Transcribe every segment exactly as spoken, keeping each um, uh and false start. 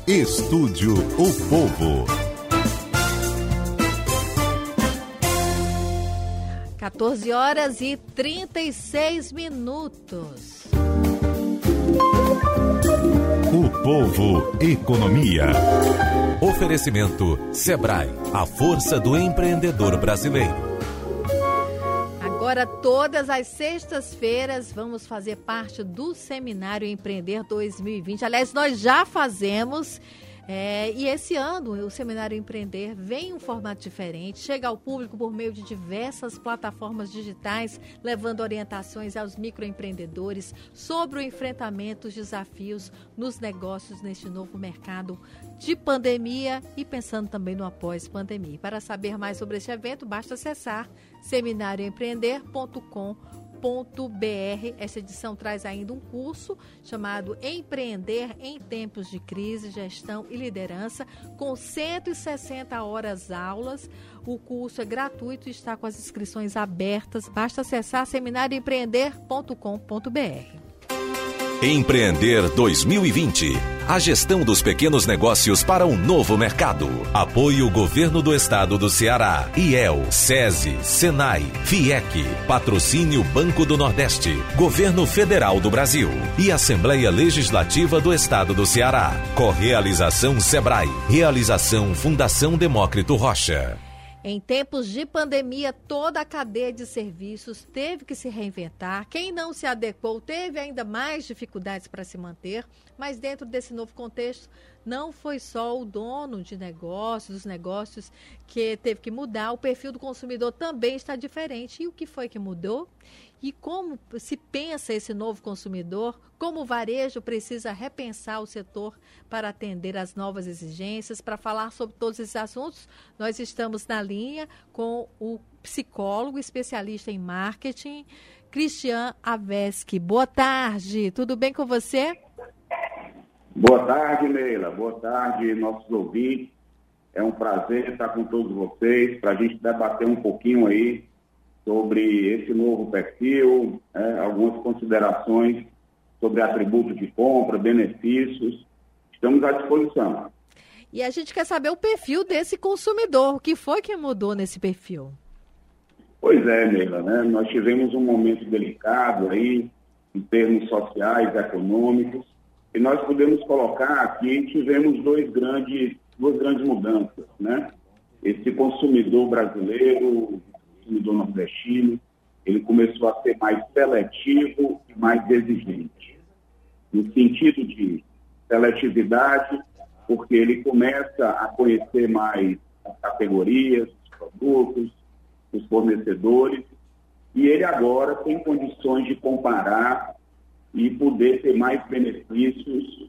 Estúdio O Povo. quatorze horas e trinta e seis minutos. O Povo Economia. Oferecimento Sebrae, a força do empreendedor brasileiro. Agora, todas as sextas-feiras, vamos fazer parte do Seminário Empreender dois mil e vinte. Aliás, nós já fazemos, é, e esse ano o Seminário Empreender vem em um formato diferente, chega ao público por meio de diversas plataformas digitais, levando orientações aos microempreendedores sobre o enfrentamento dos desafios nos negócios neste novo mercado de pandemia e pensando também no após-pandemia. Para saber mais sobre este evento, basta acessar seminário empreender ponto com ponto b r. Esta edição traz ainda um curso chamado Empreender em Tempos de Crise, Gestão e Liderança, com cento e sessenta horas aulas. O curso é gratuito e está com as inscrições abertas. Basta acessar seminário empreender ponto com ponto b r. Empreender dois mil e vinte. A gestão dos pequenos negócios para um novo mercado. Apoio Governo do Estado do Ceará, I E L, SESI, SENAI, FIEC, Patrocínio Banco do Nordeste, Governo Federal do Brasil e Assembleia Legislativa do Estado do Ceará. Correalização Sebrae. Realização Fundação Demócrito Rocha. Em tempos de pandemia, toda a cadeia de serviços teve que se reinventar. Quem não se adequou teve ainda mais dificuldades para se manter, mas dentro desse novo contexto, não foi só o dono de negócios, os negócios que teve que mudar, o perfil do consumidor também está diferente. E o que foi que mudou? E como se pensa esse novo consumidor? Como o varejo precisa repensar o setor para atender às novas exigências? Para falar sobre todos esses assuntos, nós estamos na linha com o psicólogo especialista em marketing, Cristian Aveski. Boa tarde, tudo bem com você? Boa tarde, Neila. Boa tarde, nossos ouvintes. É um prazer estar com todos vocês para a gente debater um pouquinho aí sobre esse novo perfil, é, algumas considerações sobre atributos de compra, benefícios. Estamos à disposição. E a gente quer saber o perfil desse consumidor. O que foi que mudou nesse perfil? Pois é, Neila, né? Nós tivemos um momento delicado aí, em termos sociais, econômicos, e nós podemos colocar que tivemos dois grandes, duas grandes mudanças, né? Esse consumidor brasileiro, consumidor nordestino, ele começou a ser mais seletivo e mais exigente. No sentido de seletividade, porque ele começa a conhecer mais as categorias, os produtos, os fornecedores, e ele agora tem condições de comparar e poder ter mais benefícios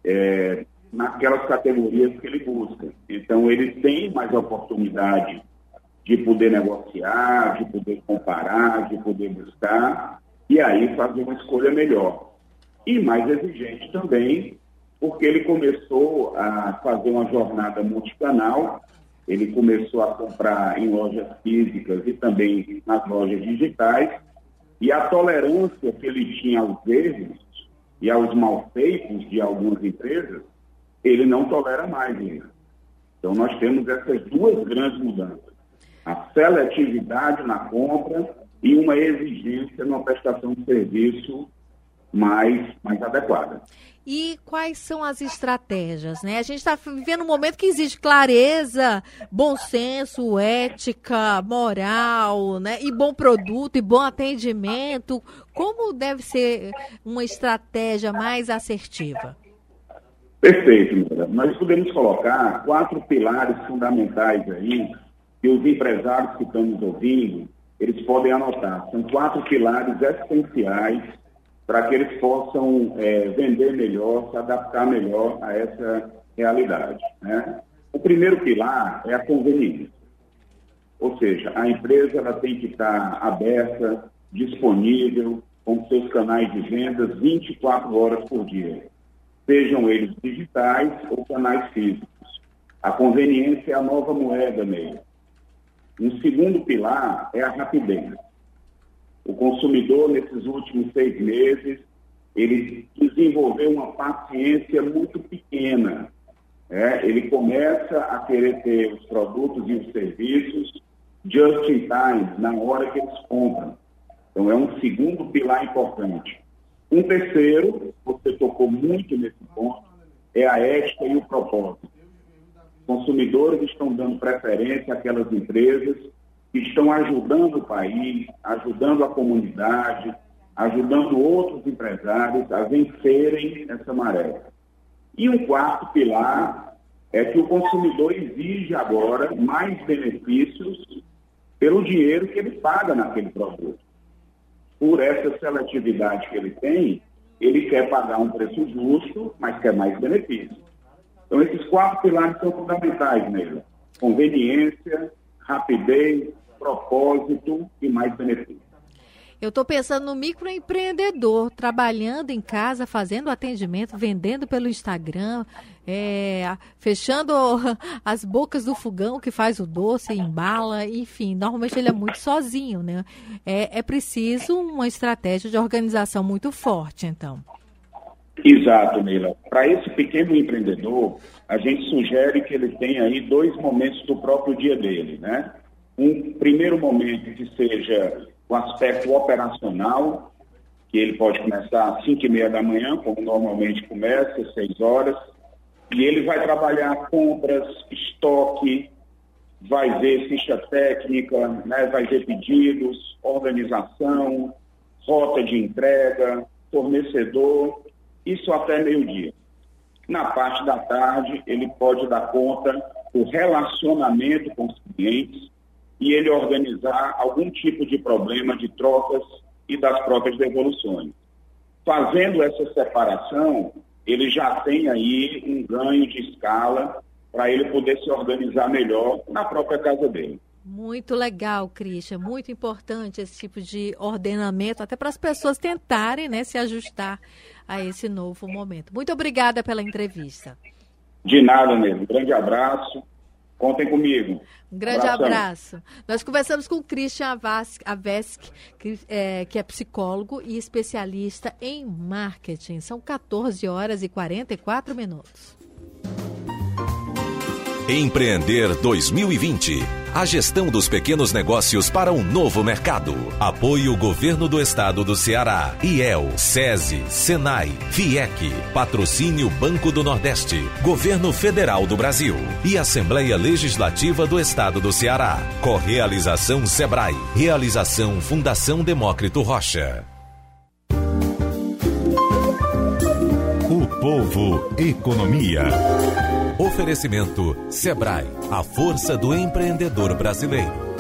é, naquelas categorias que ele busca. Então, ele tem mais oportunidade de poder negociar, de poder comparar, de poder buscar, e aí fazer uma escolha melhor. E mais exigente também, porque ele começou a fazer uma jornada multicanal, ele começou a comprar em lojas físicas e também nas lojas digitais, e a tolerância que ele tinha aos erros e aos malfeitos de algumas empresas, ele não tolera mais ainda. Então, nós temos essas duas grandes mudanças. A seletividade na compra e uma exigência numa prestação de serviço mais, mais adequada. E quais são as estratégias, né? A gente está vivendo um momento que exige clareza, bom senso, ética, moral, né? E bom produto, e bom atendimento. Como deve ser uma estratégia mais assertiva? Perfeito, Mira. Nós podemos colocar quatro pilares fundamentais aí, que os empresários que estão nos ouvindo, eles podem anotar. São quatro pilares essenciais para que eles possam é, vender melhor, se adaptar melhor a essa realidade, né? O primeiro pilar é a conveniência. Ou seja, a empresa ela tem que estar aberta, disponível, com seus canais de vendas vinte e quatro horas por dia, sejam eles digitais ou canais físicos. A conveniência é a nova moeda mesmo. Um segundo pilar é a rapidez. O consumidor, nesses últimos seis meses, ele desenvolveu uma paciência muito pequena É, ele começa a querer ter os produtos e os serviços just in time, na hora que eles compram. Então, é um segundo pilar importante. Um terceiro, você tocou muito nesse ponto, é a ética e o propósito. Os consumidores estão dando preferência àquelas empresas que estão ajudando o país, ajudando a comunidade, ajudando outros empresários a vencerem essa maré. E um quarto pilar é que o consumidor exige agora mais benefícios pelo dinheiro que ele paga naquele produto. Por essa seletividade que ele tem, ele quer pagar um preço justo, mas quer mais benefícios. Então, esses quatro pilares são fundamentais nele. Conveniência, rapidez, propósito e mais benefícios. Eu estou pensando no microempreendedor, trabalhando em casa, fazendo atendimento, vendendo pelo Instagram, é, fechando as bocas do fogão que faz o doce, embala, enfim, normalmente ele é muito sozinho, né? É, é preciso uma estratégia de organização muito forte, então. Exato, Neila. Para esse pequeno empreendedor, a gente sugere que ele tenha aí dois momentos do próprio dia dele, né? Um primeiro momento que seja o aspecto operacional, que ele pode começar às cinco e meia da manhã, como normalmente começa, às seis horas, e ele vai trabalhar compras, estoque, vai ver ficha técnica, né, vai ver pedidos, organização, rota de entrega, fornecedor, isso até meio-dia. Na parte da tarde, ele pode dar conta do relacionamento com os clientes, e ele organizar algum tipo de problema de trocas e das próprias devoluções. Fazendo essa separação, ele já tem aí um ganho de escala para ele poder se organizar melhor na própria casa dele. Muito legal, Christian, muito importante esse tipo de ordenamento, até para as pessoas tentarem, né, se ajustar a esse novo momento. Muito obrigada pela entrevista. De nada, mesmo. Um grande abraço. Contem comigo. Um grande abraço. Nós conversamos com o Christian Avesk, que é, que é psicólogo e especialista em marketing. São quatorze horas e quarenta e quatro minutos. Empreender dois mil e vinte. A gestão dos pequenos negócios para um novo mercado. Apoio Governo do Estado do Ceará. I E L, SESI, SENAI, FIEC. Patrocínio Banco do Nordeste. Governo Federal do Brasil. E Assembleia Legislativa do Estado do Ceará. Correalização SEBRAE. Realização Fundação Demócrito Rocha. O Povo Economia. Oferecimento SEBRAE, a força do empreendedor brasileiro.